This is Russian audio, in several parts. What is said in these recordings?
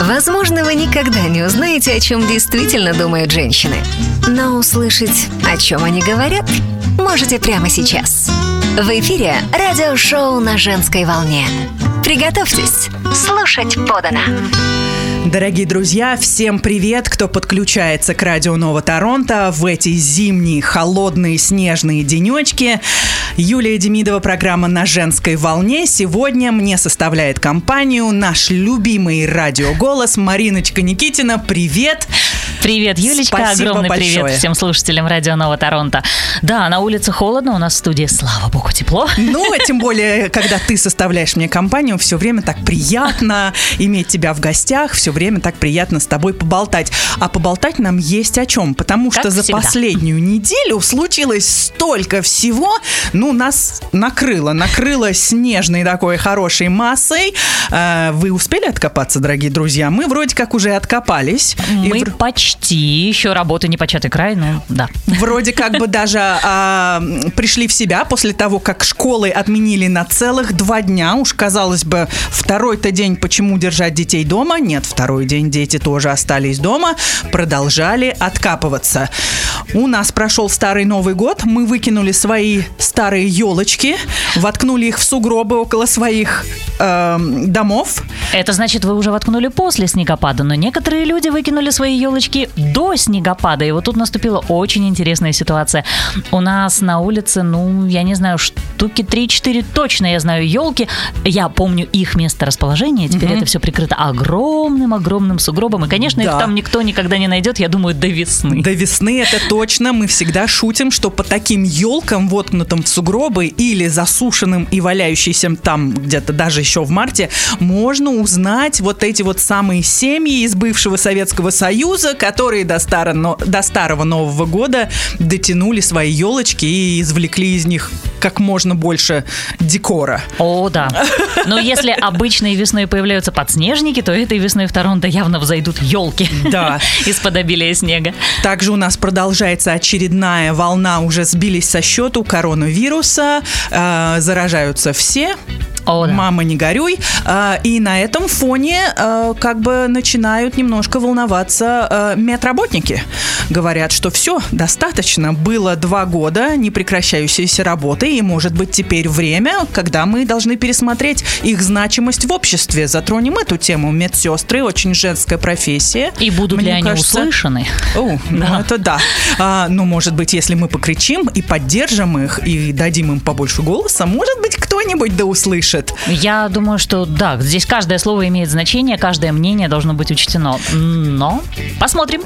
Возможно, вы никогда не узнаете, о чем действительно думают женщины. Но услышать, о чем они говорят, можете прямо сейчас. В эфире радиошоу «На женской волне». Приготовьтесь слушать подано. Дорогие друзья, всем привет, кто подключается к Радио Нова Торонто в эти зимние, холодные, снежные денечки. Юлия Демидова, программа «На женской волне». Сегодня мне составляет компанию наш любимый радиоголос Мариночка Никитина. Привет! Привет, Юлечка, спасибо огромный большое. Привет всем слушателям Радио Нова Торонто. Да, на улице холодно, у нас в студии, слава богу, тепло. Ну, тем более, когда ты составляешь мне компанию, все время так приятно иметь тебя в гостях, все время так приятно с тобой поболтать. А поболтать нам есть о чем, потому что за последнюю неделю случилось столько всего, нас накрыло снежной такой хорошей массой. Вы успели откопаться, дорогие друзья? Мы вроде как уже откопались. Мы почти, еще работа непочатый край, да. Вроде как бы даже пришли в себя после того, как школы отменили на целых 2 дня. Уж, казалось бы, второй-то день, почему держать детей дома? Нет, второй день дети тоже остались дома, продолжали откапываться. У нас прошел Старый Новый год, мы выкинули свои старые елочки, воткнули их в сугробы около своих домов. Это значит, вы уже воткнули после снегопада, но некоторые люди выкинули свои елочки до снегопада. И вот тут наступила очень интересная ситуация. У нас на улице, я не знаю, штуки 3-4 точно, я знаю, елки. Я помню их место расположения. Теперь это все прикрыто огромным сугробом. И, конечно, их там никто никогда не найдет, я думаю, до весны. До весны, это точно. Мы всегда шутим, что по таким елкам, воткнутым в сугробы или засушенным и валяющимся там где-то даже еще в марте, можно узнать вот эти вот самые семьи из бывшего Советского Союза, которые до Старого Нового года дотянули свои елочки и извлекли из них как можно больше декора. О, да. Но если обычной весной появляются подснежники, то этой весной в Торонто явно взойдут елки. Да. Из-под обилия снега. Также у нас продолжается очередная волна, уже сбились со счету коронавируса, заражаются все. О, да. Мама, не горюй. И на этом фоне как бы начинают немножко волноваться медработники. Говорят, что все, достаточно. Было 2 года непрекращающейся работы, и, может быть, теперь время, когда мы должны пересмотреть их значимость в обществе. Затронем эту тему. Медсестры, очень женская профессия. И будут ли они услышаны? Это да. Может быть, если мы покричим и поддержим их, и дадим им побольше голоса, может быть, кто-нибудь да услышит. Я думаю, что да, здесь каждое слово имеет значение, каждое мнение должно быть учтено. Но посмотрим.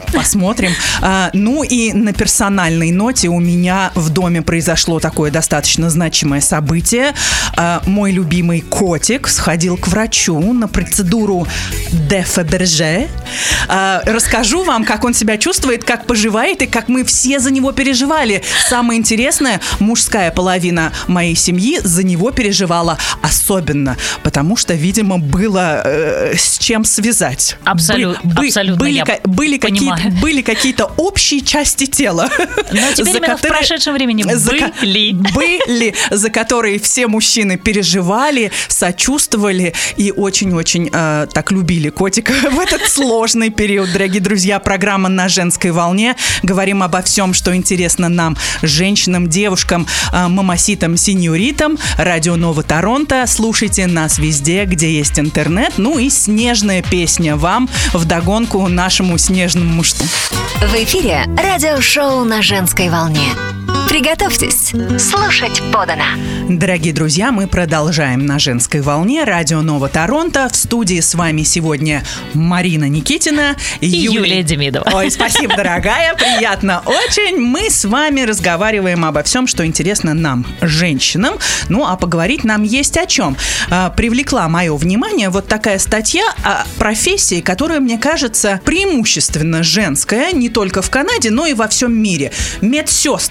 И на персональной ноте у меня в доме произошло такое достаточно значимое событие. Мой любимый котик сходил к врачу на процедуру ДФБРЖ. Расскажу вам, как он себя чувствует, как поживает и как мы все за него переживали. Самое интересное, мужская половина моей семьи за него переживала особенно, потому что, видимо, было с чем связать. Абсолютно. Были какие-то общие части тела. Но теперь именно в прошедшем времени были, за которые все мужчины переживали, сочувствовали и очень-очень так любили котика в этот сложный период. Дорогие друзья, программа «На женской волне». Говорим обо всем, что интересно нам, женщинам, девушкам, мамаситам, сеньоритам. Радио Нова Торонто. Слушайте нас везде, где есть интернет. И снежная песня вам вдогонку нашему снежному мужству. В эфире радиошоу «На женской волне». Приготовьтесь слушать подано. Дорогие друзья, мы продолжаем «На женской волне». Радио Нова Торонто. В студии с вами сегодня Марина Никитина и Юлия Демидова. Ой, спасибо, дорогая, приятно очень. Мы с вами разговариваем обо всем, что интересно нам, женщинам. А поговорить нам есть о чем. Привлекла мое внимание вот такая статья о профессии, которая, мне кажется, преимущественно женская, не только в Канаде, но и во всем мире. Медсестры. Даже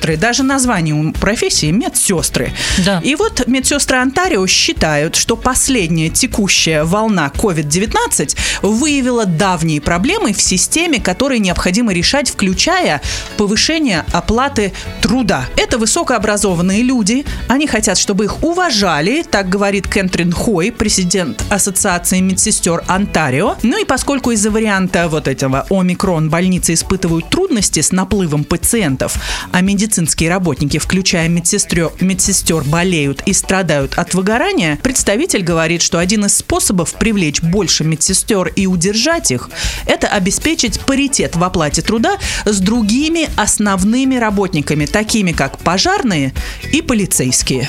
даже название у профессии медсестры. Да. И вот медсестры Онтарио считают, что последняя текущая волна COVID-19 выявила давние проблемы в системе, которые необходимо решать, включая повышение оплаты труда. Это высокообразованные люди. Они хотят, чтобы их уважали, так говорит Кэтрин Хой, президент Ассоциации медсестер Онтарио. Ну и поскольку из-за варианта вот этого омикрон больницы испытывают трудности с наплывом пациентов, а медицинские работники, включая медсестер, болеют и страдают от выгорания, представитель говорит, что один из способов привлечь больше медсестер и удержать их – это обеспечить паритет в оплате труда с другими основными работниками, такими как пожарные и полицейские.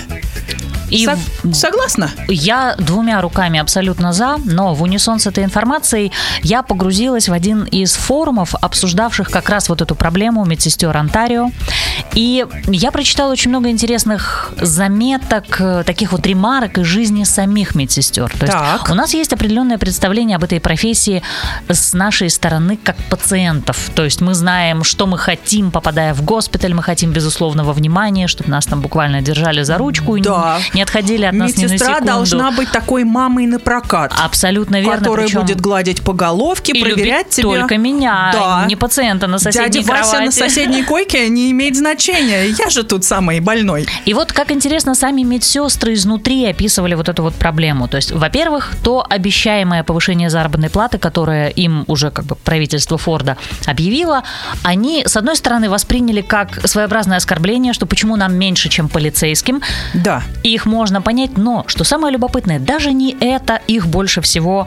И согласна? Я 2 руками абсолютно за, но в унисон с этой информацией я погрузилась в один из форумов, обсуждавших как раз вот эту проблему медсестер Онтарио. И я прочитала очень много интересных заметок, таких вот ремарок из жизни самих медсестер. То есть у нас есть определенное представление об этой профессии с нашей стороны как пациентов. То есть мы знаем, что мы хотим, попадая в госпиталь, мы хотим безусловного внимания, чтобы нас там буквально держали за ручку и не отходили от нас ни на секунду. Медсестра должна быть такой мамой на прокат. Абсолютно верно. Которая будет гладить по головке, и проверять тебя. Только меня, не пациента на соседней кровати. Дядя Вася на соседней койке не имеет значения. Я же тут самый больной. И вот как интересно, сами медсестры изнутри описывали вот эту вот проблему. То есть, во-первых, то обещаемое повышение заработной платы, которое им уже как бы правительство Форда объявило, они, с одной стороны, восприняли как своеобразное оскорбление, что почему нам меньше, чем полицейским. Да. Их можно понять, но, что самое любопытное, даже не это их больше всего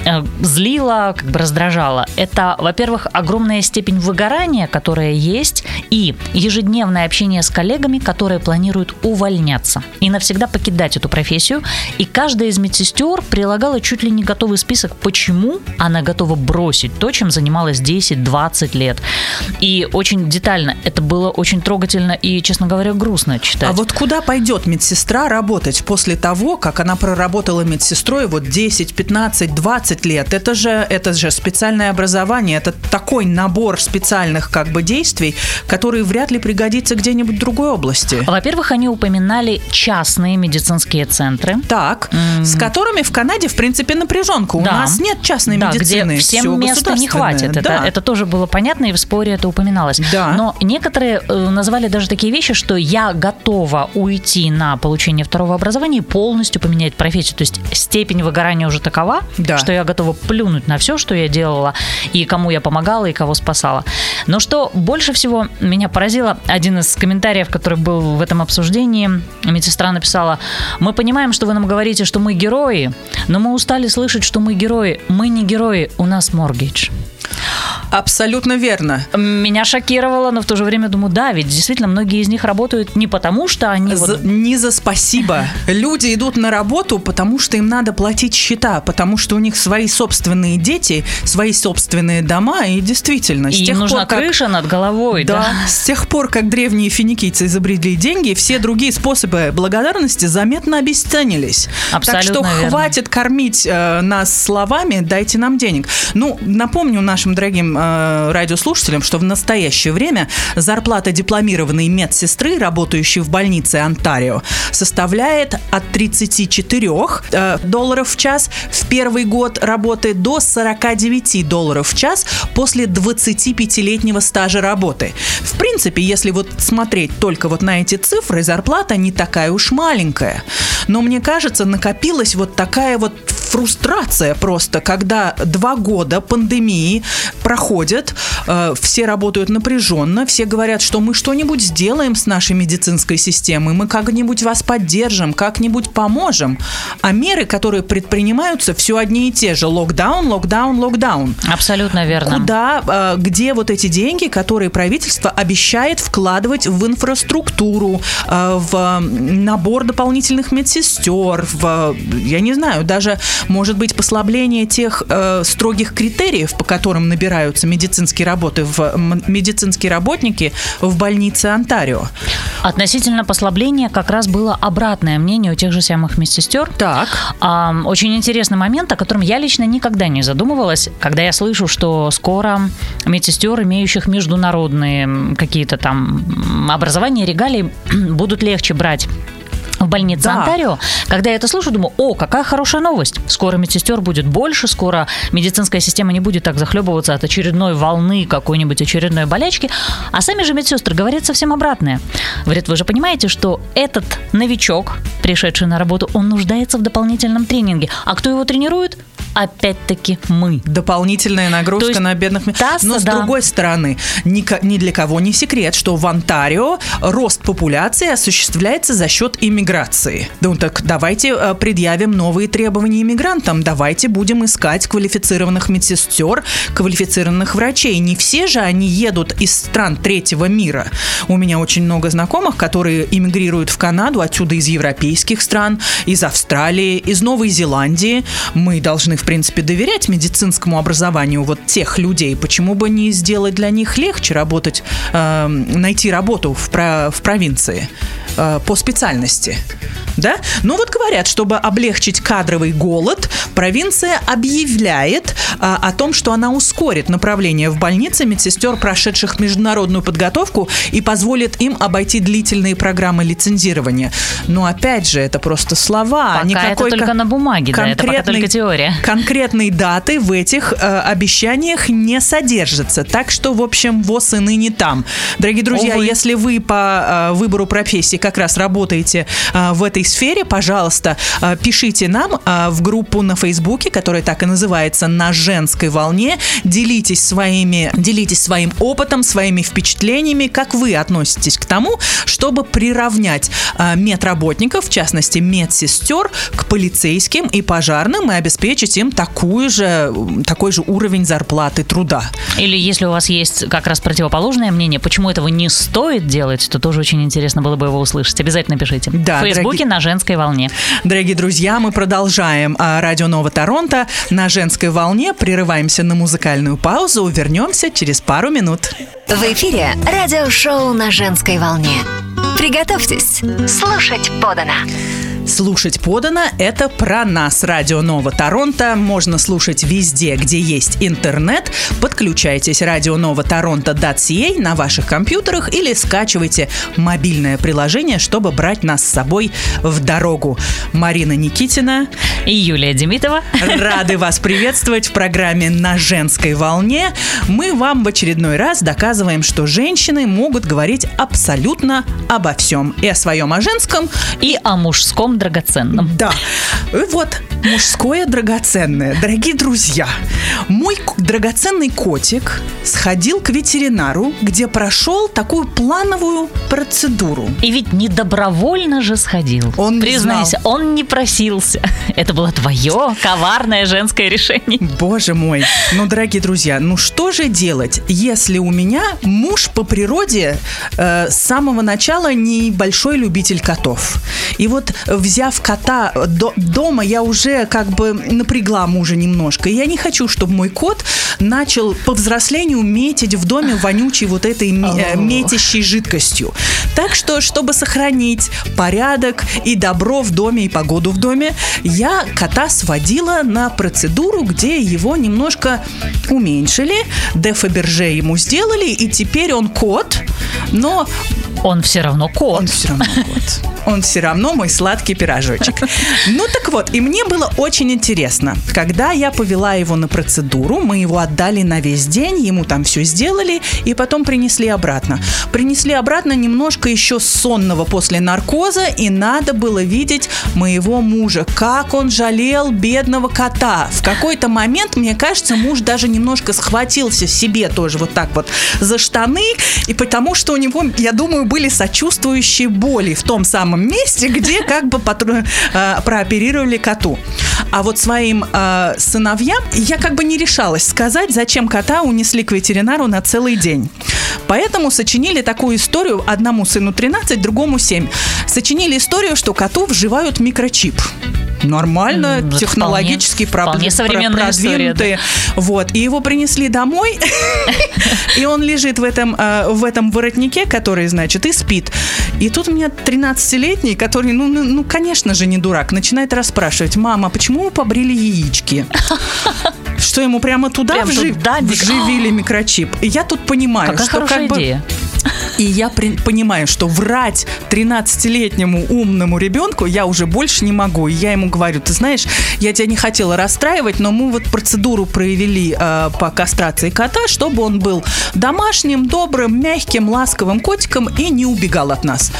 злило, как бы раздражало. Это, во-первых, огромная степень выгорания, которая есть, и ежедневное общение с коллегами, которые планируют увольняться и навсегда покидать эту профессию. И каждая из медсестер прилагала чуть ли не готовый список, почему она готова бросить то, чем занималась 10-20 лет. И очень детально. Это было очень трогательно и, честно говоря, грустно читать. А вот куда пойдет медсестра работать после того, как она проработала медсестрой вот 10, 15, 20 лет? Это же специальное образование, это такой набор специальных как бы действий, которые вряд ли пригодится где-нибудь в другой области. Во-первых, они упоминали частные медицинские центры. Так, с которыми в Канаде, в принципе, напряженка. У нас нет частной медицины. Где всем места не хватит. Это тоже было понятно, и в споре это упоминалось. Да. Но некоторые назвали даже такие вещи, что я готова уйти на получение второго образования и полностью поменять профессию. То есть степень выгорания уже такова, что я готова плюнуть на все, что я делала, и кому я помогала, и кого спасала. Но что больше всего меня поразило, один из комментариев, который был в этом обсуждении, медсестра написала: «Мы понимаем, что вы нам говорите, что мы герои, но мы устали слышать, что мы герои. Мы не герои, у нас моргейдж». Абсолютно верно. Меня шокировало, но в то же время думаю, да, ведь действительно многие из них работают не потому, что они... Не за спасибо. Люди идут на работу, потому что им надо платить счета, потому что у них свои собственные дети, свои собственные дома, и действительно... И им нужна крыша над головой. Да, с тех пор, как древние финикийцы изобрели деньги, все другие способы благодарности заметно обесценились. Абсолютно так что верно. Хватит кормить нас словами, дайте нам денег. Ну, напомню нашим дорогим радиослушателям, что в настоящее время зарплата дипломированной медсестры, работающей в больнице Онтарио, составляет от $34 в час в первый год работы до $49 в час после 25-летнего стажа работы. В принципе, если вот смотреть только вот на эти цифры, зарплата не такая уж маленькая. Но мне кажется, накопилась вот такая вот фрустрация просто, когда 2 года пандемии проходят, все работают напряженно, все говорят, что мы что-нибудь сделаем с нашей медицинской системой, мы как-нибудь вас поддержим, как-нибудь поможем. А меры, которые предпринимаются, все одни и те же. Локдаун, локдаун, локдаун. Абсолютно верно. Где вот эти деньги, которые правительство обещает вкладывать в инфраструктуру, в набор дополнительных медсестер, я не знаю, даже Может быть, послабление тех строгих критериев, по которым набираются медицинские работники в больнице Онтарио? Относительно послабления как раз было обратное мнение у тех же самых медсестер. Так. Очень интересный момент, о котором я лично никогда не задумывалась, когда я слышу, что скоро медсестер, имеющих международные какие-то там образования, регалии, будут легче брать в больнице Онтарио. Когда я это слышу, думаю, какая хорошая новость. Скоро медсестер будет больше, скоро медицинская система не будет так захлебываться от очередной волны какой-нибудь очередной болячки. А сами же медсестры говорят совсем обратное. Говорят, вы же понимаете, что этот новичок, пришедший на работу, он нуждается в дополнительном тренинге. А кто его тренирует? Опять-таки мы. Дополнительная нагрузка на бедных... Но с другой стороны, ни для кого не секрет, что в Онтарио рост популяции осуществляется за счет иммиграции. Ну так давайте предъявим новые требования иммигрантам. Давайте будем искать квалифицированных медсестер, квалифицированных врачей. Не все же они едут из стран третьего мира. У меня очень много знакомых, которые иммигрируют в Канаду, отсюда из европейских стран, из Австралии, из Новой Зеландии. Мы должны, в принципе, доверять медицинскому образованию вот тех людей. Почему бы не сделать для них легче работать, найти работу в провинции по специальности? Да? Но вот говорят, чтобы облегчить кадровый голод, провинция объявляет о том, что она ускорит направление в больницы медсестер, прошедших международную подготовку, и позволит им обойти длительные программы лицензирования. Но опять же, это просто слова. Пока это только на бумаге, да, это пока только теория. Конкретные даты в этих обещаниях не содержатся. Так что, в общем, ВОС и ныне там. Дорогие друзья, если вы по выбору профессии как раз работаете в этой сфере, пожалуйста, пишите нам в группу на Фейсбуке, которая так и называется «На женской волне». Делитесь своим опытом, своими впечатлениями, как вы относитесь к тому, чтобы приравнять медработников, в частности медсестер, к полицейским и пожарным и обеспечить им такой же уровень зарплаты труда. Или если у вас есть как раз противоположное мнение, почему этого не стоит делать, то тоже очень интересно было бы его услышать. Обязательно пишите. Да, в Фейсбуке «На женской волне». Дорогие друзья, мы продолжаем Радио Нова Торонто на женской волне. Прерываемся на музыкальную паузу. Вернемся через пару минут. В эфире радиошоу «На женской волне». Приготовьтесь слушать подано. Слушать подано – это про нас. Радио Нова Торонто можно слушать везде, где есть интернет. Подключайтесь radionovaToronto.ca на ваших компьютерах или скачивайте мобильное приложение, чтобы брать нас с собой в дорогу. Марина Никитина и Юлия Демитова рады вас приветствовать в программе «На женской волне». Мы вам в очередной раз доказываем, что женщины могут говорить абсолютно обо всем. И о своем, о женском, и о мужском драгоценном. Да. Вот, мужское драгоценное. Дорогие друзья, мой драгоценный котик сходил к ветеринару, где прошел такую плановую процедуру. И ведь не добровольно же сходил. Он не Признайся, знал. Он не просился. Это было твое коварное женское решение. Боже мой. Ну, дорогие друзья, ну что же делать, если у меня муж по природе с самого начала небольшой любитель котов. И вот, взяв кота дома, я уже как бы напрягла мужа немножко. И я не хочу, чтобы мой кот начал по взрослению метить в доме вонючей вот этой метящей жидкостью. Так что, чтобы сохранить порядок и добро в доме, и погоду в доме, я кота сводила на процедуру, где его немножко уменьшили, Фаберже ему сделали, и теперь он кот, но... Он все равно кот. Он все равно кот. Он все равно мой сладкий пирожочек. Ну так вот, и мне было очень интересно. Когда я повела его на процедуру, мы его отдали на весь день, ему там все сделали, и потом принесли обратно. Принесли обратно немножко еще сонного после наркоза, и надо было видеть моего мужа, как он жалел бедного кота. В какой-то момент, мне кажется, муж даже немножко схватился себе тоже вот так вот за штаны, и потому что у него, я думаю, были сочувствующие боли в том самом месте, где как бы прооперировали коту. А вот своим сыновьям я как бы не решалась сказать, зачем кота унесли к ветеринару на целый день. Поэтому сочинили такую историю, одному сыну 13, другому 7. Сочинили историю, что коту вживают микрочип. Нормально, технологически вполне современная продвинутые. История, да. Вот. И его принесли домой, и он лежит в этом воротнике, который, значит, и спит. И тут у меня 13-летний, который, ну, конечно же, не дурак, начинает расспрашивать: мама, почему вы побрили яички? Что ему прямо туда вживили микрочип? И я тут понимаю, какая что хорошая идея. И я понимаю, что врать 13-летнему умному ребенку я уже больше не могу. И я ему говорю: ты знаешь, я тебя не хотела расстраивать, но мы вот процедуру провели по кастрации кота, чтобы он был домашним, добрым, мягким, ласковым котиком и не убегал от нас.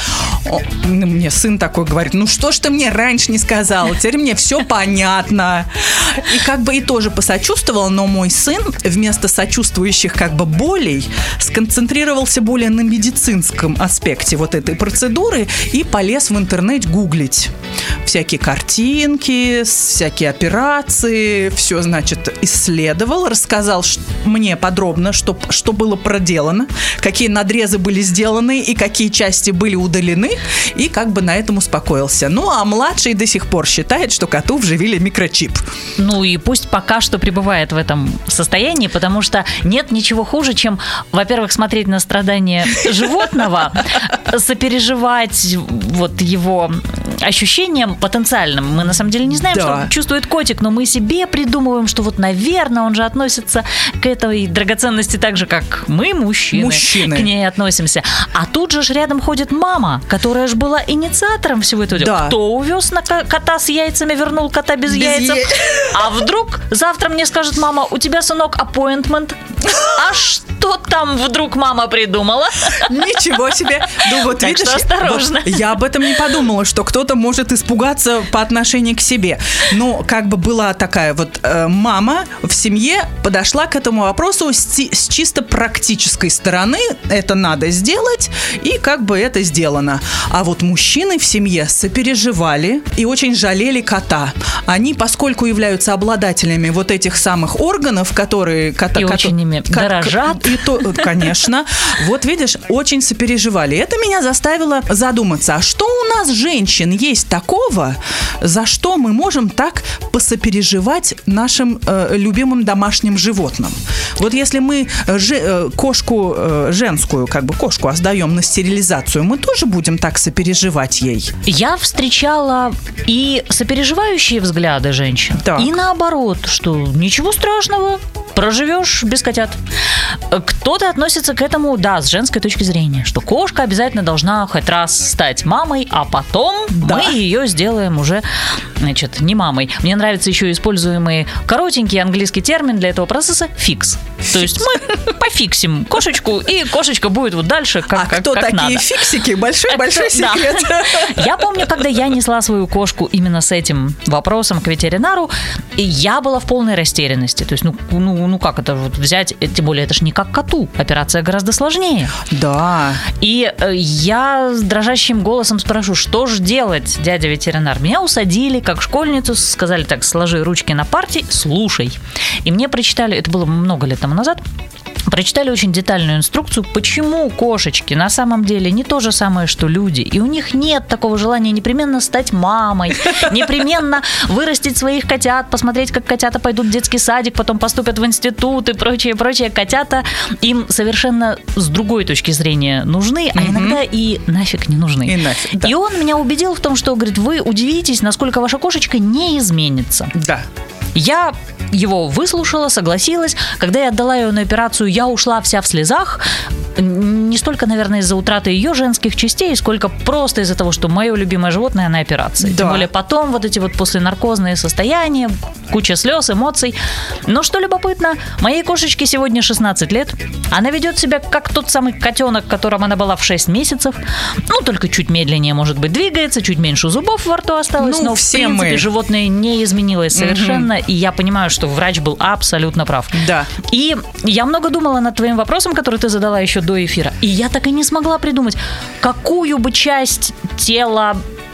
Мне сын такой говорит: ну что ж ты мне раньше не сказал, теперь мне все понятно. И как бы и тоже посочувствовал, но мой сын вместо сочувствующих как бы болей сконцентрировался более на медицинском аспекте вот этой процедуры и полез в интернет гуглить всякие картинки, всякие операции, все, значит, исследовал, рассказал мне подробно, что было проделано, какие надрезы были сделаны и какие части были удалены, и как бы на этом успокоился. Ну, а младший до сих пор считает, что коту вживили микрочип. Ну и пусть пока что пребывает в этом состоянии, потому что нет ничего хуже, чем, во-первых, смотреть на страдания животного, сопереживать вот его ощущениям потенциальным. Мы на самом деле не знаем, что чувствует котик, но мы себе придумываем, что вот, наверное, он же относится к этой драгоценности так же, как мы, мужчины. К ней относимся. А тут же рядом ходит мама, которая же была инициатором всего этого. Да. Кто увез кота с яйцами, вернул кота без яйцев? А вдруг завтра мне скажет мама: у тебя, сынок, appointment. А что там вдруг мама придумала? Ничего себе. Ну вот так видишь, что осторожно. Вот, я об этом не подумала, что кто-то может испугаться по отношению к себе. Но как бы была такая вот мама в семье подошла к этому вопросу с чисто практической стороны. Это надо сделать, и как бы это сделано. А вот мужчины в семье сопереживали и очень жалели кота. Они, поскольку являются обладателями вот этих самых органов, которые очень ими дорожат. И то, конечно. Вот видишь, очень сопереживали. Это меня заставило задуматься, а что у нас, женщин, есть такого, за что мы можем так посопереживать нашим любимым домашним животным? Вот если мы кошку женскую, как бы кошку сдаем на стерилизацию, мы тоже будем так сопереживать ей? Я встречала и сопереживающие взгляды женщин, и наоборот, что ничего страшного, проживешь без котят. Кто-то относится к этому, с женской точки зрения, что кошка обязательно должна хоть раз стать мамой, а потом мы ее сделаем уже, значит, не мамой. Мне нравится еще используемый коротенький английский термин для этого процесса – фикс. То есть мы пофиксим кошечку, и кошечка будет вот дальше, как надо. А кто такие фиксики? Большой секрет. Я помню, когда я несла свою кошку именно с этим вопросом к ветеринару, и я была в полной растерянности. То есть, ну как это вот взять, тем более это же не как коту, операция гораздо сложнее. Да. И я с дрожащим голосом спрошу: что же делать, дядя ветеринар? Меня усадили как школьницу, сказали так: сложи ручки на парте, слушай. И мне прочитали, это было много лет тому назад, прочитали очень детальную инструкцию, почему кошечки на самом деле не то же самое, что люди. И у них нет такого желания непременно стать мамой, непременно вырастить своих котят, посмотреть, как котята пойдут в детский садик, потом поступят в институт и прочее. Котята им совершенно с другой точки зрения нужны, а иногда и нафиг не нужны. И он меня убедил в том, что, говорит, вы удивитесь, насколько ваша кошечка не изменится. Да. Я его выслушала, согласилась. Когда я отдала ее на операцию, я ушла вся в слезах. Не столько, наверное, из-за утраты ее женских частей, сколько просто из-за того, что мое любимое животное на операции. Да. Тем более потом вот эти вот посленаркозные состояния, куча слез, эмоций. Но что любопытно, моей кошечке сегодня 16 лет. Она ведет себя как тот самый котенок, которым она была в 6 месяцев. Ну, только чуть медленнее, может быть, двигается, чуть меньше зубов во рту осталось. Но, в принципе, животное не изменилось совершенно. И я понимаю, что врач был абсолютно прав. Да. И я много думала над твоим вопросом, который ты задала еще до эфира. И я так и не смогла придумать, какую бы часть тела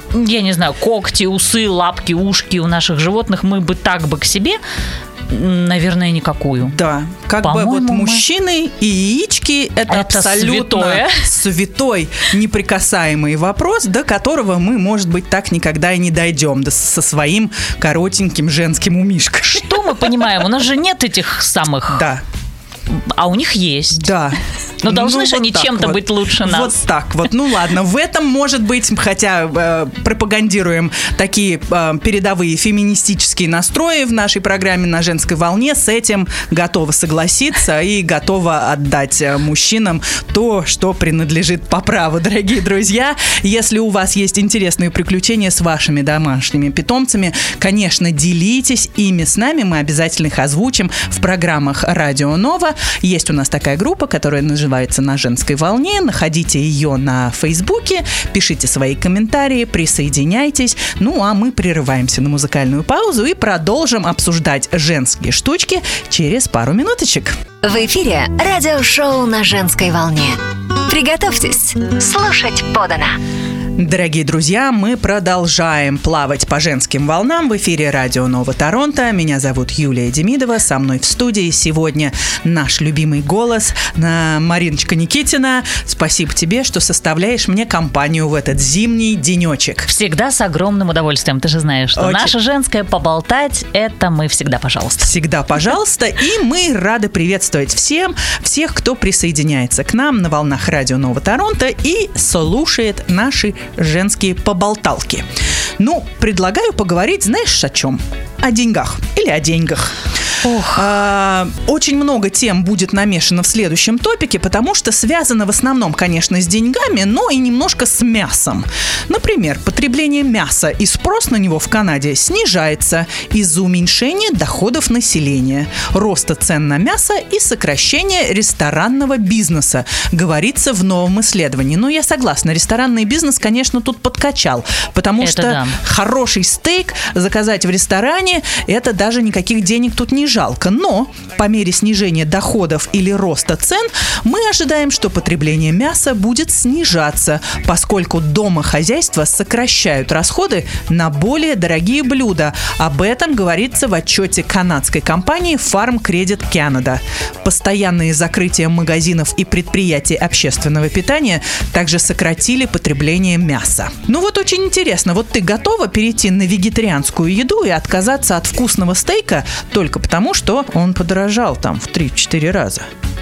я не знаю, когти, усы, лапки, ушки у наших животных, мы бы так бы к себе... Наверное, никакую. Да, как По-моему, бы вот мужчины и яички это абсолютно святой, неприкасаемый вопрос, до которого мы, может быть, так никогда и не дойдем, да, со своим коротеньким женским умишкой. Что мы понимаем? У нас же нет этих самых... Да. А у них есть. Да. Но должны же вот они чем-то быть лучше нас. Вот так вот. Ну ладно, в этом может быть, хотя пропагандируем такие передовые феминистические настрои в нашей программе «На женской волне», с этим готова согласиться и готова отдать мужчинам то, что принадлежит по праву, дорогие друзья. Если у вас есть интересные приключения с вашими домашними питомцами, конечно, делитесь ими с нами, мы обязательно их озвучим в программах «Радио Нова». Есть у нас такая группа, которая называется «На женской волне». Находите ее на Фейсбуке, пишите свои комментарии, присоединяйтесь. Ну, а мы прерываемся на музыкальную паузу и продолжим обсуждать женские штучки через пару минуточек. В эфире радиошоу «На женской волне». Приготовьтесь слушать подано. Дорогие друзья, мы продолжаем плавать по женским волнам в эфире Радио Нова Торонто. Меня зовут Юлия Демидова, со мной в студии сегодня наш любимый голос Мариночка Никитина. Спасибо тебе, что составляешь мне компанию в этот зимний денечек. Всегда с огромным удовольствием. Ты же знаешь, что наша женская поболтать – это мы всегда пожалуйста. Всегда пожалуйста. И мы рады приветствовать всех, кто присоединяется к нам на волнах Радио Нова Торонто и слушает наши женские поболталки. Ну, предлагаю поговорить, знаешь, о чем? О деньгах или о деньгах. Очень много тем будет намешано в следующем топике, потому что связано в основном, конечно, с деньгами, но и немножко с мясом. Например, потребление мяса и спрос на него в Канаде снижается из-за уменьшения доходов населения, роста цен на мясо и сокращения ресторанного бизнеса, говорится в новом исследовании. Но я согласна, ресторанный бизнес, конечно, тут подкачал, потому что хороший стейк заказать в ресторане, это даже никаких денег тут не жалко. Но по мере снижения доходов или роста цен мы ожидаем, что потребление мяса будет снижаться, поскольку домохозяйства сокращают расходы на более дорогие блюда. Об этом говорится в отчете канадской компании Farm Credit Canada. Постоянные закрытия магазинов и предприятий общественного питания также сократили потребление мяса. Ну вот очень интересно, вот ты готова перейти на вегетарианскую еду и отказаться от вкусного стейка только потому, что он подорожал там в 3-4 раза?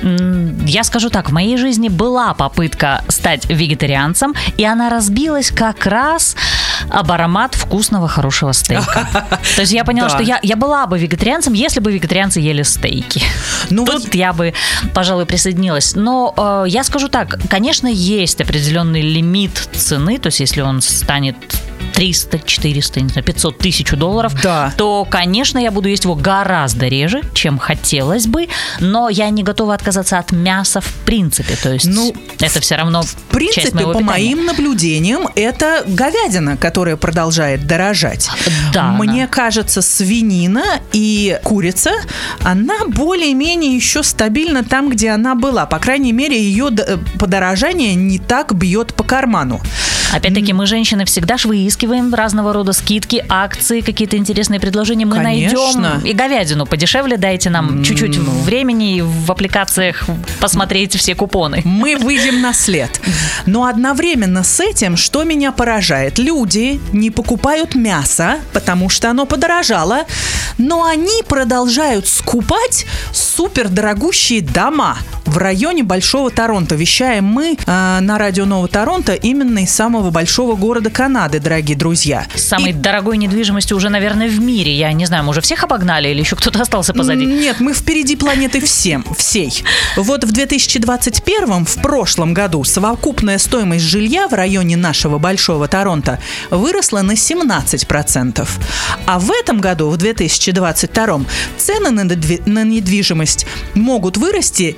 Я скажу так, в моей жизни была попытка стать вегетарианцем, и она разбилась как раз об аромат вкусного, хорошего стейка. То есть я поняла, что я была бы вегетарианцем, если бы вегетарианцы ели стейки. Тут я бы, пожалуй, присоединилась. Но я скажу так, конечно, есть определенный лимит цены, то есть если он станет 300, 400, не знаю, 500 тысяч $1000, то, конечно, я буду есть его гораздо реже, чем хотелось бы, но я не готова отказаться от мяса в принципе, то есть это все равно часть моего питания. По моим наблюдениям, это говядина, которая продолжает дорожать. Мне кажется, свинина и курица, она более-менее еще стабильна там, где она была. По крайней мере, ее подорожание не так бьет по карману. Опять-таки, мы, женщины, всегда же выискиваем разного рода скидки, акции, какие-то интересные предложения. Мы найдем и говядину подешевле. Дайте нам чуть-чуть времени в аппликациях посмотреть все купоны. Мы выйдем на след. Но одновременно с этим, что меня поражает? Люди не покупают мясо, потому что оно подорожало, но они продолжают скупать супердорогущие дома в районе Большого Торонто. Вещаем мы на Радио Нова Торонто именно из самого большого города Канады, дорогие друзья. С самой дорогой недвижимостью уже, наверное, в мире. Я не знаю, мы уже всех обогнали или еще кто-то остался позади? Нет, мы впереди планеты всей. Вот в 2021, в прошлом году, совокупная стоимость жилья в районе нашего Большого Торонто выросла на 17%. А в этом году, в 2022, цены на недвижимость могут вырасти на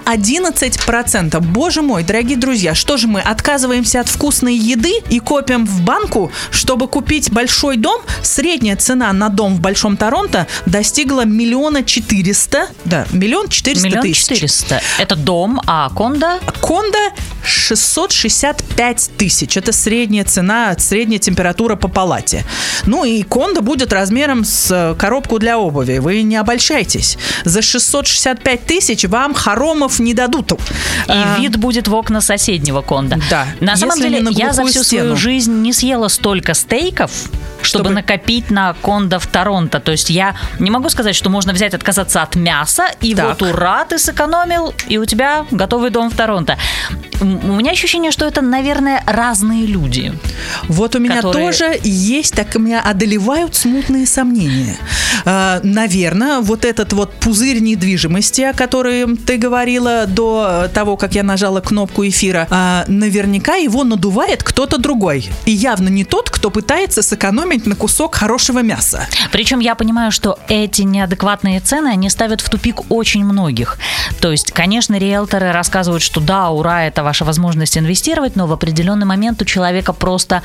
11%. Боже мой, дорогие друзья, что же мы, отказываемся от вкусной еды и копим в банку, чтобы купить большой дом? Средняя цена на дом в Большом Торонто достигла 1 400 000. Да, 1 400 000. 1 400 000. Это дом, а кондо? Кондо 665 000. Это средняя цена, средняя температура по палате. Ну и кондо будет размером с коробку для обуви. Вы не обольщайтесь. За 665 000 вам хоромов не дадут. И вид будет в окна соседнего кондо. Да. На самом деле, я за всю свою жизнь не съела столько стейков, чтобы накопить на кондо в Торонто. То есть я не могу сказать, что можно взять, отказаться от мяса, и так. Вот ура, ты сэкономил, и у тебя готовый дом в Торонто. У меня ощущение, что это, наверное, разные люди. Вот у меня тоже есть, так меня одолевают смутные сомнения. Наверное, вот этот вот пузырь недвижимости, о котором ты говорила до того, как я нажала кнопку эфира, наверняка его надувает кто-то другой. И явно не тот, кто пытается сэкономить на кусок хорошего мяса. Причем я понимаю, что эти неадекватные цены, они ставят в тупик очень многих. То есть, конечно, риэлторы рассказывают, что да, ура, это ваша возможность инвестировать, но в определенный момент у человека просто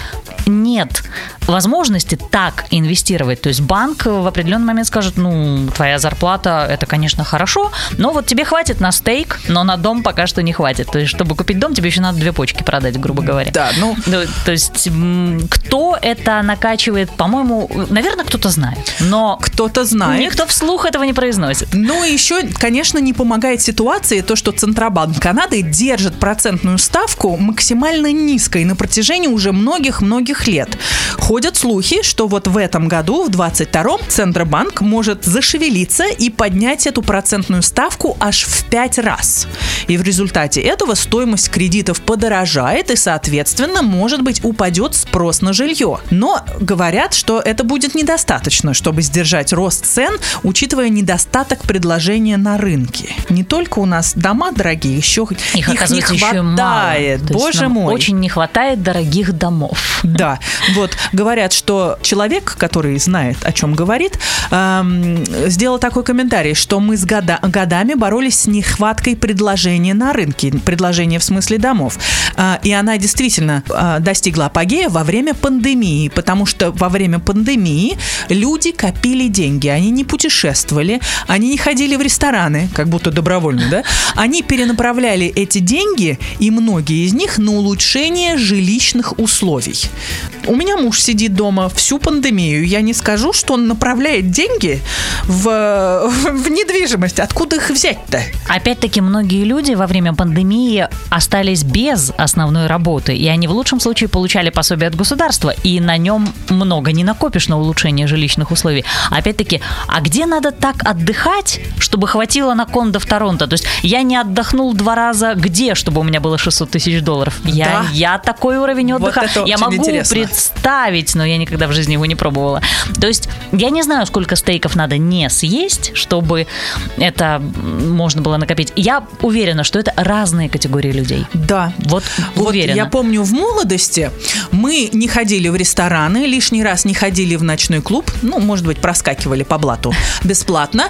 нет возможности так инвестировать. То есть банк в определенный момент скажет, ну, твоя зарплата, это, конечно, хорошо, но вот тебе хватит на стейк, но на дом пока что не хватит. То есть, чтобы купить дом, тебе еще надо 2 почки продать, грубо говоря. Да, ну... То есть, кто это накачивает, по-моему, наверное, кто-то знает, но... Кто-то знает. Никто вслух этого не произносит. Ну, еще, конечно, не помогает ситуации то, что Центробанк Канады держит процентную ставку максимально низкой на протяжении уже многих-многих лет. Ходят слухи, что вот в этом году, в 22-м, Центробанк может зашевелиться и поднять эту процентную ставку аж в 5 раз. И в результате этого стоимость кредитов подорожает и, соответственно, может быть, упадет спрос на жилье. Но говорят, что это будет недостаточно, чтобы сдержать рост цен, учитывая недостаток предложения на рынке. Не только у нас дома дорогие, еще их не хватает. Боже мой. Очень не хватает дорогих домов. Да. Вот говорят, что человек, который знает, о чем говорит, сделал такой комментарий, что мы с годами боролись с нехваткой предложения на рынке. Предложения в смысле домов. И она действительно достигла апогея во время пандемии, потому что во время пандемии люди копили деньги. Они не путешествовали, они не ходили в рестораны, как будто добровольно, да? Они перенаправляли эти деньги, и многие из них, на улучшение жилищных условий. У меня муж сидит дома всю пандемию. Я не скажу, что он направляет деньги в недвижимость. Откуда их взять-то? Опять-таки, многие люди во время пандемии остались без основной работы, и они в лучшем случае получали пособие от государства, и на нем много не накопишь на улучшение жилищных условий. Опять-таки, а где надо так отдыхать, чтобы хватило на кондо в Торонто? То есть я не отдохнул 2 раза где, чтобы у меня было $600 000? Я такой уровень отдыха, вот я могу представить, но я никогда в жизни его не пробовала. То есть я не знаю, сколько стейков надо не съесть, чтобы это можно было накопить. Я уверена, что это разные категории людей. Да. Вот уверена. Я помню, в молодости мы не ходили в рестораны, лишний раз не ходили в ночной клуб, ну, может быть, проскакивали по блату бесплатно,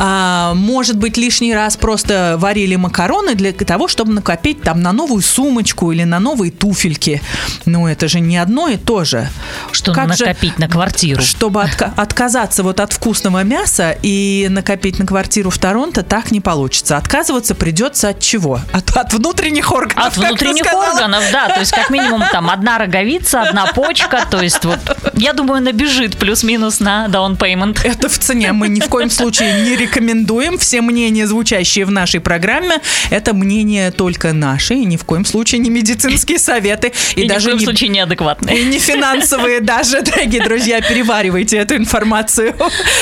может быть, лишний раз просто варили макароны для того, чтобы накопить там на новую сумочку или на новые туфельки. Ну, это же не одно и то же. Что накопить на квартиру? Чтобы отказаться вот от вкусного мяса и накопить на квартиру в Торонто, так не получится. Отказываться придется от чего? От внутренних органов. От внутренних органов, да. То есть, как минимум, там 1 роговица, 1 почка. То есть, вот, я думаю, набежит плюс-минус на down payment. Это в цене. Мы ни в коем случае не рекомендуем. Все мнения, звучащие в нашей программе, это мнение только наши. И ни в коем случае не медицинские советы. И даже ни в коем случае неадекватные. И не финансовые даже, дорогие друзья. Переваривайте эту информацию.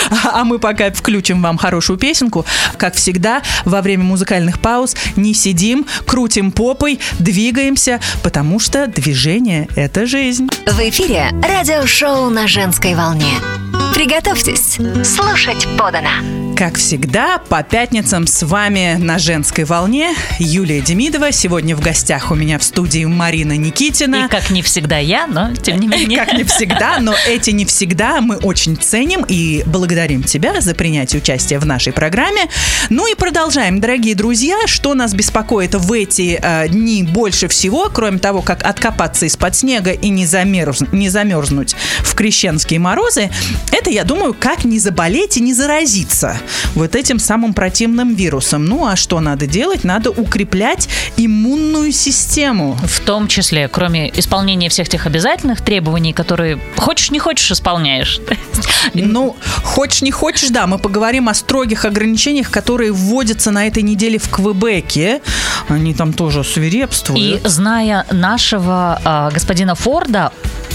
А мы пока включим вам хорошую песенку. Как всегда, во время музыкальных пауз не сидим, крутим попой, двигаемся, потому что движение – это жизнь. В эфире радиошоу на женской волне. Приготовьтесь слушать подано. Как всегда, по пятницам с вами на женской волне Юлия Демидова. Сегодня в гостях у меня в студии Марина Никитина. И как не всегда я, но тем не менее. Как не всегда, но эти не всегда мы очень ценим и благодарим тебя за принятие участия в нашей программе. Ну и продолжаем, дорогие друзья. Что нас беспокоит в эти дни больше всего, кроме того, как откопаться из-под снега и не замерзнуть в крещенские морозы, это, я думаю, как не заболеть и не заразиться вот этим самым противным вирусом. Ну, а что надо делать? Надо укреплять иммунную систему. В том числе, кроме исполнения всех тех обязательных требований, которые хочешь не хочешь исполняешь. Ну, хочешь не хочешь, да. Мы поговорим о строгих ограничениях, которые вводятся на этой неделе в Квебеке. Они там тоже свирепствуют. И зная нашего господина Форда,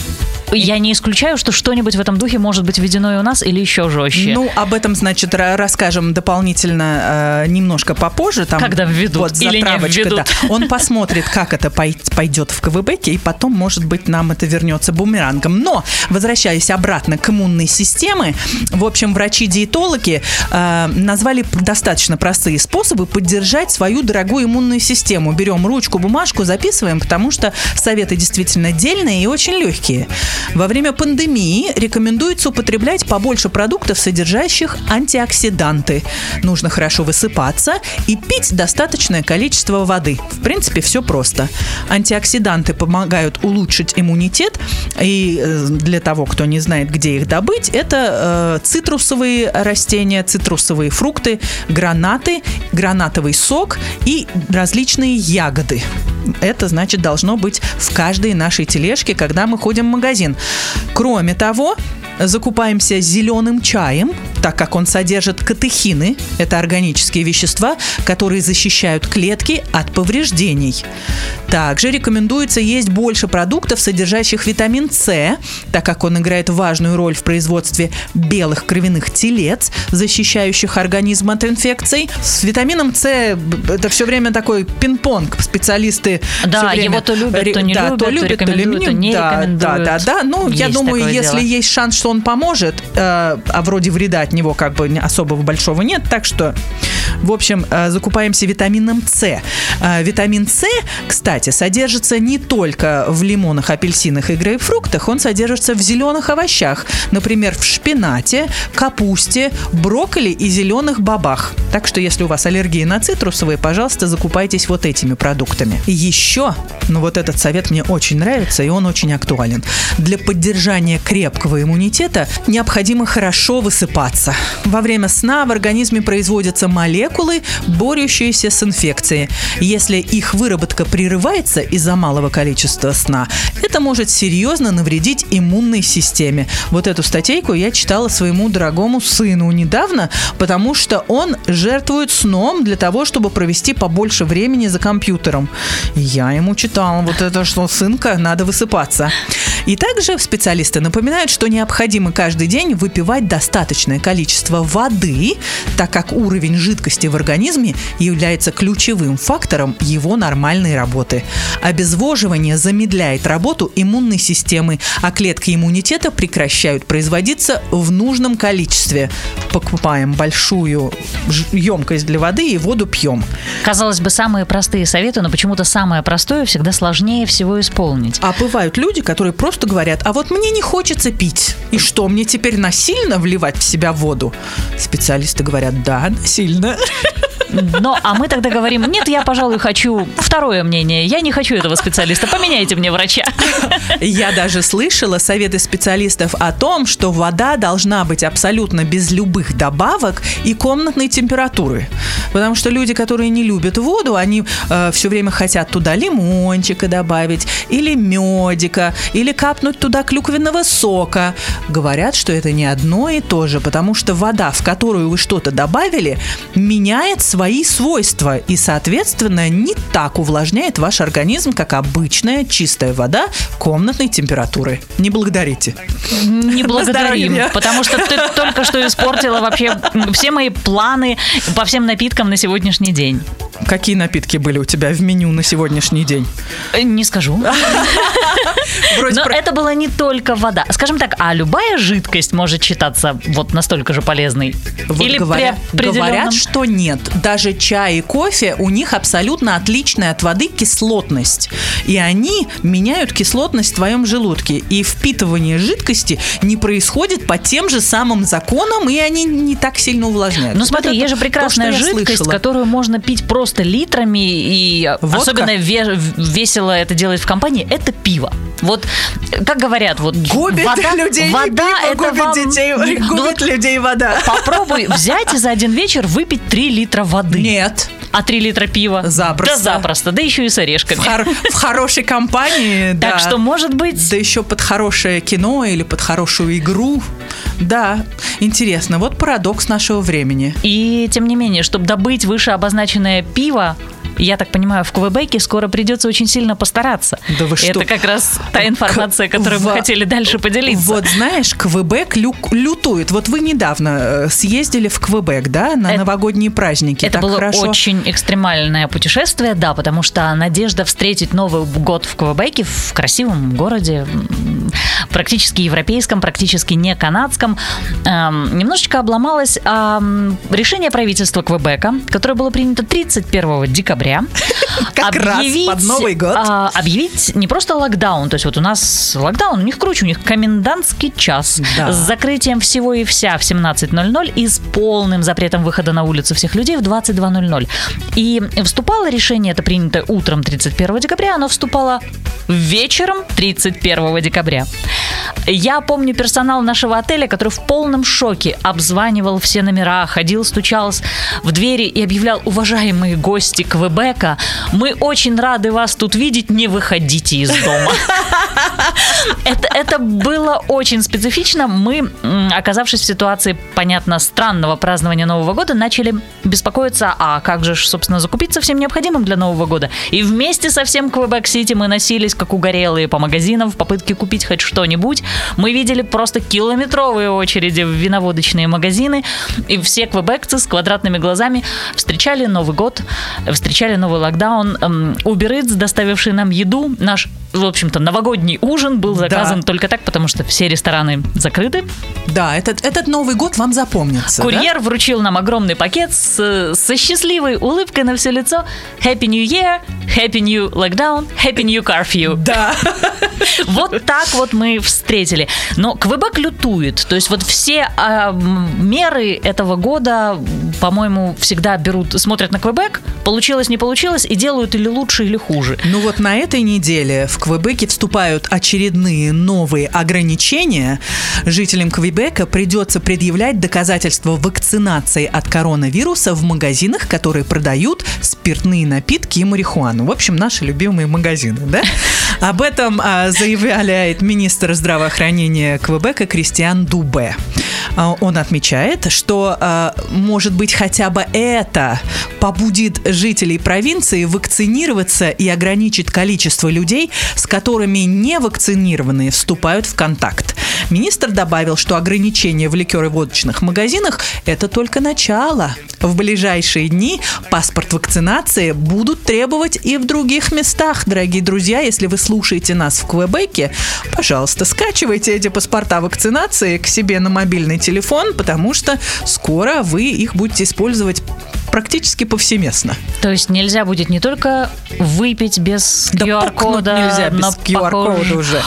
я не исключаю, что что-нибудь в этом духе может быть введено и у нас, или еще жестче. Ну, об этом, значит, расскажем дополнительно немножко попозже. Там, когда введут вот, или не введут. Да. Он посмотрит, как это пойдет в Квебеке, и потом, может быть, нам это вернется бумерангом. Но, возвращаясь обратно к иммунной системе, в общем, врачи-диетологи назвали достаточно простые способы поддержать свою дорогую иммунную систему. Берем ручку, бумажку, записываем, потому что советы действительно дельные и очень легкие. Во время пандемии рекомендуется употреблять побольше продуктов, содержащих антиоксиданты. Нужно хорошо высыпаться и пить достаточное количество воды. В принципе, все просто. Антиоксиданты помогают улучшить иммунитет. И для того, кто не знает, где их добыть, это цитрусовые растения, цитрусовые фрукты, гранаты, гранатовый сок и различные ягоды. Это, значит, должно быть в каждой нашей тележке, когда мы ходим в магазин. Кроме того, закупаемся зеленым чаем, так как он содержит катехины. Это органические вещества, которые защищают клетки от повреждений. Также рекомендуется есть больше продуктов, содержащих витамин С, так как он играет важную роль в производстве белых кровяных телец, защищающих организм от инфекций. С витамином С это все время такой пинг-понг. Специалисты да, его то любят, то не любят, то рекомендуют, то не рекомендуют. Да. Ну, я думаю, если есть шанс, что он поможет, а вроде вреда от него как бы особого большого нет, так что, в общем, закупаемся витамином С. Витамин С, кстати, содержится не только в лимонах, апельсинах и грейпфруктах, он содержится в зеленых овощах, например, в шпинате, капусте, брокколи и зеленых бобах. Так что, если у вас аллергия на цитрусовые, пожалуйста, закупайтесь вот этими продуктами. И еще, вот этот совет мне очень нравится, и он очень актуален. Для поддержания крепкого иммунитета необходимо хорошо высыпаться. Во время сна в организме производятся молекулы, борющиеся с инфекцией. Если их выработка прерывается из-за малого количества сна, это может серьезно навредить иммунной системе. Вот эту статейку я читала своему дорогому сыну недавно, потому что он жертвует сном для того, чтобы провести побольше времени за компьютером. Я ему читала вот это, что, сынка, надо высыпаться. И также специалисты напоминают, что необходимо каждый день выпивать достаточное количество воды, так как уровень жидкости в организме является ключевым фактором его нормальной работы. Обезвоживание замедляет работу иммунной системы, а клетки иммунитета прекращают производиться в нужном количестве. Покупаем большую емкость для воды и воду пьем. Казалось бы, самые простые советы, но почему-то самое простое всегда сложнее всего исполнить. А бывают люди, которые просто говорят: а вот мне не хочется пить. И что, мне теперь насильно вливать в себя воду? Специалисты говорят: да, насильно. А мы тогда говорим: нет, я, пожалуй, хочу второе мнение. Я не хочу этого специалиста. Поменяйте мне врача. Я даже слышала советы специалистов о том, что вода должна быть абсолютно без любых добавок и комнатной температуры. Потому что люди, которые не любят воду, они все время хотят туда лимончика добавить, или медика, или капнуть туда клюквенного сока. Говорят, что это не одно и то же, потому что вода, в которую вы что-то добавили, меняет свои свойства и, соответственно, не так увлажняет ваш организм, как обычная чистая вода комнатной температуры. Не благодарите. Не благодарим, потому что ты только что испортила вообще все мои планы по всем напиткам на сегодняшний день. Какие напитки были у тебя в меню на сегодняшний день? Не скажу. Но это была не только вода. Скажем так, а любая жидкость может считаться вот настолько же полезной? Вот Или говорят, что нет. Даже чай и кофе, у них абсолютно отличная от воды кислотность. И они меняют кислотность в твоем желудке. И впитывание жидкости не происходит по тем же самым законам, и они не так сильно увлажняют. Ну смотри, есть же прекрасная жидкость, которую можно пить просто литрами, и водка? Особенно весело это делать в компании, это пиво. Вот, как говорят, вот губит людей вода, не пиво, это губит детей, губит людей вода. Попробуй взять и за один вечер выпить 3 литра воды. Нет. А 3 литра пива? Запросто. Да запросто, да еще и с орешками. В хорошей компании, да. Так что, может быть... Да еще под хорошее кино или под хорошую игру. Да, интересно. Вот парадокс нашего времени. И, тем не менее, чтобы добыть выше обозначенное пиво, я так понимаю, в Квебеке скоро придется очень сильно постараться. Да вы что? Это как раз та информация, которой мы хотели дальше поделиться. Вот знаешь, Квебек лютует. Вот вы недавно съездили в Квебек, да, на новогодние праздники. Это было очень экстремальное путешествие, да, потому что надежда встретить Новый год в Квебеке, в красивом городе, практически европейском, практически не канадском, немножечко обломалось решение правительства Квебека, которое было принято 31 декабря. Как раз под Новый год. Объявить не просто локдаун, то есть вот у нас локдаун, у них круче, у них комендантский час с закрытием всего и вся в 17:00 и с полным запретом выхода на улицу всех людей в 22:00. И вступало решение, это принято утром 31 декабря, оно вступало вечером 31 декабря. Я помню персонал нашего отеля, который в полном шоке обзванивал все номера, ходил, стучался в двери и объявлял: уважаемые гости Квебека, мы очень рады вас тут видеть, не выходите из дома. Это было очень специфично. Мы, оказавшись в ситуации, понятно, странного празднования Нового года, начали беспокоиться, а как же, собственно, закупиться всем необходимым для Нового года. И вместе со всем Квебек-Сити мы носились, как угорелые, по магазинам в попытке купить хоть что-нибудь. Мы видели просто километровые очереди в виноводочные магазины, и все квебекцы с квадратными глазами встречали Новый год, встречали новый локдаун. Uber Eats, доставивший нам еду, наш, в общем-то, новогодний ужин был заказан только так, потому что все рестораны закрыты. Да, этот Новый год вам запомнится. Курьер вручил нам огромный пакет со счастливой улыбкой на все лицо. Happy New Year, Happy New Lockdown, Happy New Curfew. Да. Вот так вот мы встретили. Но Квебек лютует. То есть вот все меры этого года, по-моему, всегда смотрят на Квебек, получилось, не получилось, и делают или лучше, или хуже. Ну вот на этой неделе в Квебеке вступают очередные новые ограничения. Жителям Квебека придется предъявлять доказательства вакцинации от коронавируса в магазинах, которые продают спиртные напитки и марихуану. В общем, наши любимые магазины, да? Об этом заявляет министр здравоохранения Квебека Кристиан Дубе. Он отмечает, что, может быть, хотя бы это побудит жителей провинции вакцинироваться и ограничит количество людей, с которыми невакцинированные вступают в контакт. Министр добавил, что ограничения в ликероводочных магазинах – это только начало. В ближайшие дни паспорт вакцинации будут требовать и в других местах. Дорогие друзья, если вы слушаете нас в Квебеке, пожалуйста, скачивайте эти паспорта вакцинации к себе на мобильный телефон, потому что скоро вы их будете использовать практически повсеместно. То есть нельзя будет не только выпить без QR-кода, нельзя без QR-кода уже.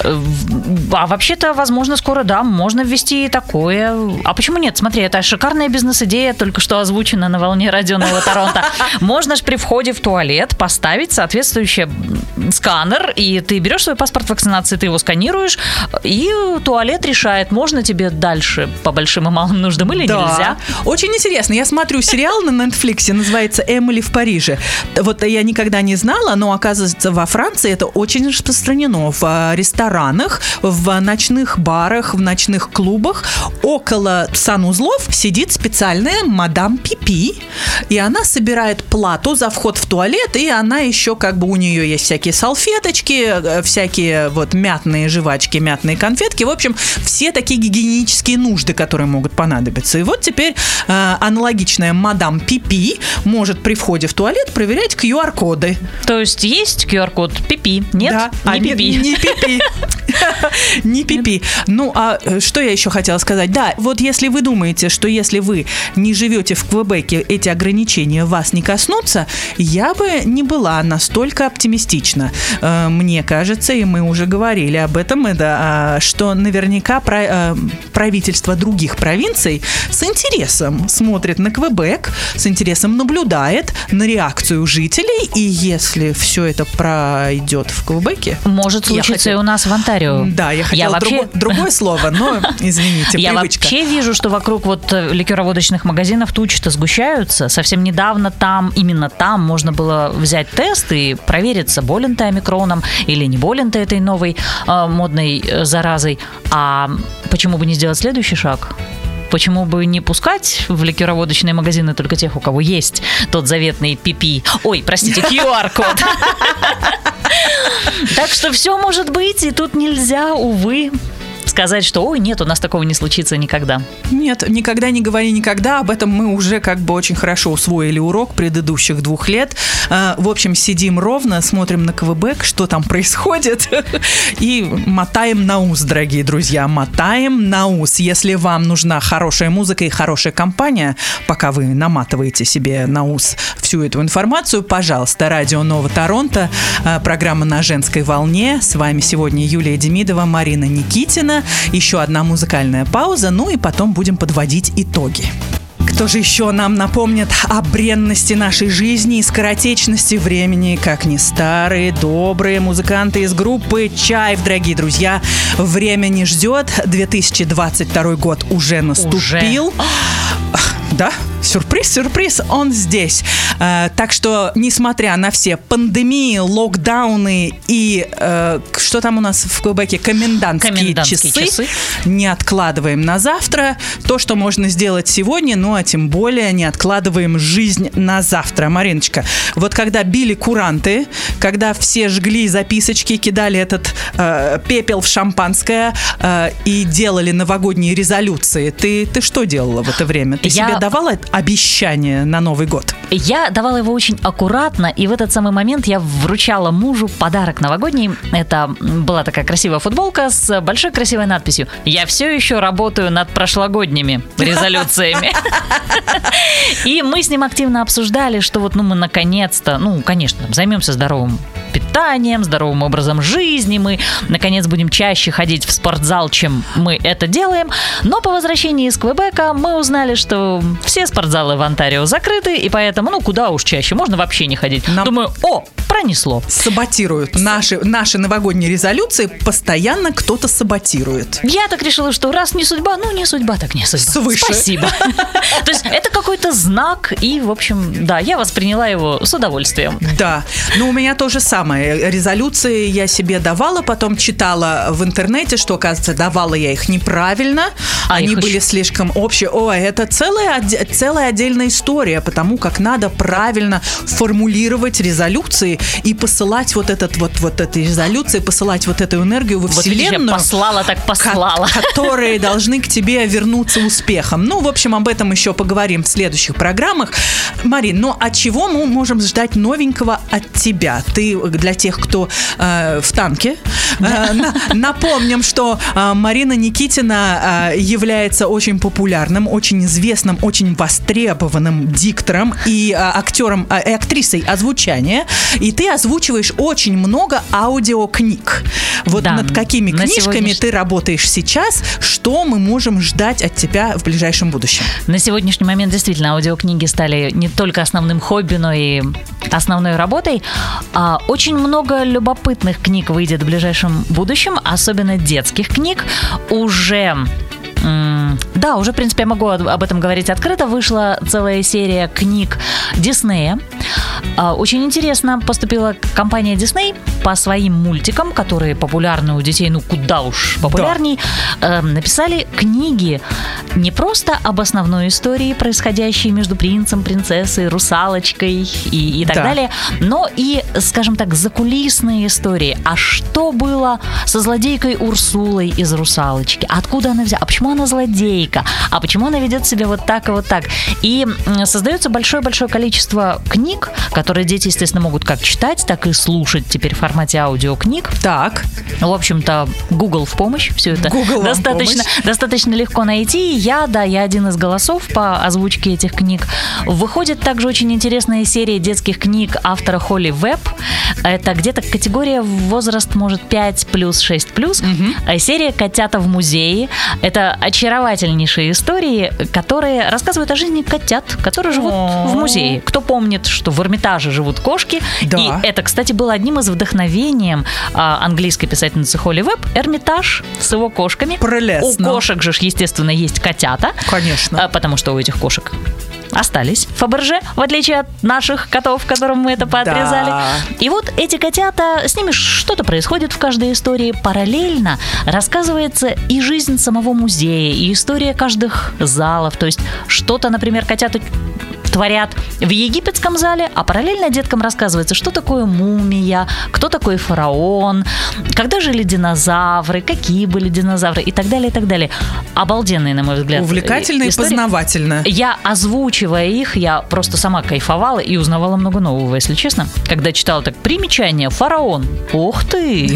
А вообще-то, возможно, скоро, да, можно ввести и такое. А почему нет? Смотри, это шикарная бизнес-идея, только что озвучена на волне радио Нового Торонто. Можно же при входе в туалет поставить соответствующий сканер, и ты берешь свой паспорт вакцинации, ты его сканируешь, и туалет решает, можно тебе дальше по большим и малым нуждам или нельзя. Очень интересно. Я смотрю сериал на Netflix, называется «Эмили в Париже». Вот я никогда не знала, но, оказывается, во Франции это очень распространено. В ресторанах, в ночных барах, в ночных клубах около санузлов сидит специальная мадам Пипи, и она собирает плату за вход в туалет, и она еще как бы у нее есть всякие салфеточки, всякие вот мятные жвачки, мятные конфетки, в общем, все такие гигиенические нужды, которые могут понадобиться. И вот теперь аналогичная мадам Пипи может при входе в туалет проверять QR-коды. То есть QR-код Пипи? Нет? Да. Не Пипи. Не Пипи. Не Пипи. Ну, а что я еще хотела сказать? Да, вот если вы думаете, что если вы не живете в Квебеке, эти ограничения вас не коснутся, я бы не была настолько оптимистична. Мне кажется, и мы уже говорили об этом, что наверняка правительство других провинций с интересом смотрит на Квебек, с интересом наблюдает на реакцию жителей, и если все это пройдет в Квебеке... Может случиться и у нас в Онтарио. Да, я хотела другое слово, но, извините, я привычка. Я вообще вижу, что вокруг вот ликероводочных магазинов тучи-то сгущаются. Совсем недавно именно там можно было взять тест и провериться, болен ты омикроном или не болен ты этой новой модной заразой. А почему бы не сделать следующий шаг? Почему бы не пускать в ликероводочные магазины только тех, у кого есть тот заветный пипи? Ой, простите, QR-код. Так что все может быть, и тут нельзя, увы, сказать, что ой, нет, у нас такого не случится никогда. Нет, никогда не говори никогда. Об этом мы уже как бы очень хорошо усвоили урок предыдущих 2 лет. В общем, сидим ровно, смотрим на Квебек, что там происходит, и мотаем на ус, дорогие друзья, мотаем на ус. Если вам нужна хорошая музыка и хорошая компания, пока вы наматываете себе на ус всю эту информацию, пожалуйста, Радио Нова Торонто, программа «На женской волне». С вами сегодня Юлия Демидова, Марина Никитина. Еще одна музыкальная пауза, ну и потом будем подводить итоги. Кто же еще нам напомнит о бренности нашей жизни и скоротечности времени, как не старые, добрые музыканты из группы «Чайф», дорогие друзья. Время не ждет, 2022 год уже наступил. Да, сюрприз, он здесь. Так что, несмотря на все пандемии, локдауны и что там у нас в Квебеке, комендантские часы, не откладываем на завтра то, что можно сделать сегодня, ну а тем более не откладываем жизнь на завтра. Мариночка, вот когда били куранты, когда все жгли записочки, кидали этот пепел в шампанское и делали новогодние резолюции, ты что делала в это время? Ты себе давала обещание на Новый год? Я давала его очень аккуратно, и в этот самый момент я вручала мужу подарок новогодний. Это была такая красивая футболка с большой красивой надписью: «Я все еще работаю над прошлогодними резолюциями». И мы с ним активно обсуждали, что вот мы наконец-то, конечно, займемся здоровым питанием, здоровым образом жизни, мы, наконец, будем чаще ходить в спортзал, чем мы это делаем. Но по возвращении из Квебека мы узнали, что все спортзалы в Онтарио закрыты, и поэтому, куда уж чаще, можно вообще не ходить. Думаю, пронесло. Саботируют. Наши новогодние резолюции постоянно кто-то саботирует. Я так решила, что раз не судьба, не судьба, так не судьба. Свыше. Спасибо. То есть это какой-то знак, и, в общем, да, я восприняла его с удовольствием. Да, у меня то же самое. Резолюции я себе давала, потом читала в интернете, что, оказывается, давала я их неправильно. Они были слишком общие. Это целая отдельная история, потому как надо правильно формулировать резолюции и посылать вот эти резолюции, посылать вот эту энергию во Вселенную. Видишь, послала. Которые должны к тебе вернуться успехом. В общем, об этом еще поговорим в следующих программах. Марин, а чего мы можем ждать новенького от тебя? Ты для тех, кто в танке, напомним, что Марина Никитина является очень популярным, очень известным, очень востребованным диктором и актером, и актрисой озвучания. И ты озвучиваешь очень много аудиокниг. Вот над какими книжками ты работаешь сейчас? Что мы можем ждать от тебя в ближайшем будущем? На сегодняшний момент действительно аудиокниги стали не только основным хобби, но и основной работой. Очень много любопытных книг выйдет в ближайшем будущем, особенно детских книг. Уже, в принципе, я могу об этом говорить открыто. Вышла целая серия книг Диснея. Очень интересно поступила компания Disney по своим мультикам, которые популярны у детей, куда уж популярней. Написали книги не просто об основной истории, происходящей между принцем, принцессой, русалочкой и так далее, но и, скажем так, закулисные истории. А что было со злодейкой Урсулой из «Русалочки»? Откуда она взяла? А почему она злодейка? А почему она ведет себя вот так и вот так? И создается большое-большое количество книг, которые дети, естественно, могут как читать, так и слушать теперь в формате аудиокниг. Так. В общем-то, Google в помощь. Все это Google достаточно легко найти. Я один из голосов по озвучке этих книг. Выходит также очень интересная серия детских книг автора Холли Веб. Это где-то категория возраст, может, 5+, 6+. Серия «Котята в музее». Это очаровательнейшие истории, которые рассказывают о жизни котят, которые живут в музее. Кто помнит, что в Эрмитаже живут кошки. Да. И это, кстати, было одним из вдохновением английской писательницы Холли Веб. Эрмитаж с его кошками. Прелестно. У кошек же, естественно, есть котята. Конечно. Потому что у этих кошек остались Фаберже, в отличие от наших котов, которым мы это поотрезали. Да. И вот эти котята, с ними что-то происходит в каждой истории. Параллельно рассказывается и жизнь самого музея, и история каждых залов. То есть что-то, например, котята творят в египетском зале, а параллельно деткам рассказывается, что такое мумия, кто такой фараон, когда жили динозавры, какие были динозавры и так далее, и так далее. Обалденные, на мой взгляд, увлекательно истории. И познавательно. Я, озвучивая их, я просто сама кайфовала и узнавала много нового, если честно. Когда читала так, примечание, фараон. Ух ты!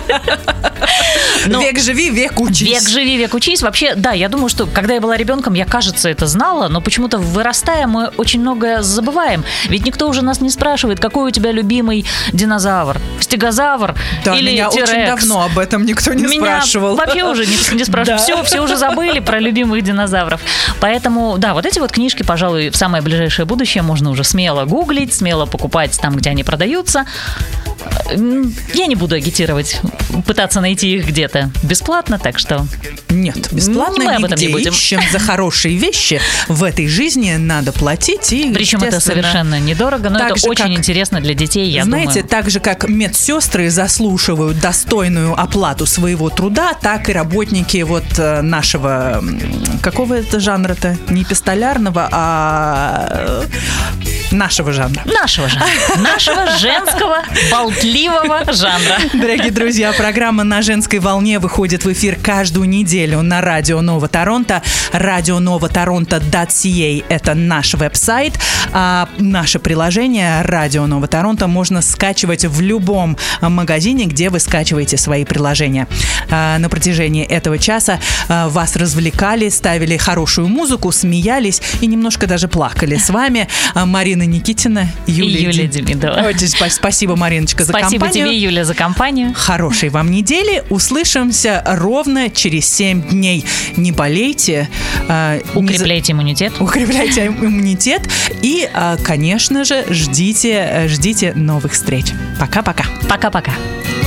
Век живи, век учись. Век живи, век учись. Вообще, да, я думаю, что когда я была ребенком, я, кажется, это знала, но почему-то, вырастая, мы очень многое забываем. Ведь никто уже нас не спрашивает, какой у тебя любимый динозавр? Стегозавр или меня T-Rex? очень давно об этом никто не спрашивал. Меня вообще уже не спрашивают. Все уже забыли про любимых динозавров. Поэтому, да, вот эти вот книжки, пожалуй, в самое ближайшее будущее можно уже смело гуглить, смело покупать там, где они продаются. Я не буду агитировать, пытаться найти их где-то бесплатно, так что... Нет, бесплатно мы об этом не нигде. будем. Ищем за хорошие вещи в этой жизни надо платить. И, причем это совершенно недорого, но это очень интересно для детей, я думаю. Знаете, так же, как медсестры заслуживают достойную оплату своего труда, так и работники вот нашего... Какого это жанра-то? Не эпистолярного, а... Нашего жанра. Нашего женского, болтливого жанра. Дорогие друзья, программа «На женской волне» выходит в эфир каждую неделю на Радио Нова Торонто. radionovaToronto.ca – это наш веб-сайт. А наше приложение «Радио Нова Торонто» можно скачивать в любом магазине, где вы скачиваете свои приложения. На протяжении этого часа вас развлекали, ставили хорошую музыку, смеялись и немножко даже плакали. С вами Марина Никитина, Юлия Демидова. Очень спасибо, Мариночка, за компанию. Спасибо тебе, Юля, за компанию. Хорошей вам недели. Услышимся ровно через 7 дней. Не болейте. Укрепляйте иммунитет. Укрепляйте иммунитет. И, конечно же, ждите новых встреч. Пока-пока. Пока-пока.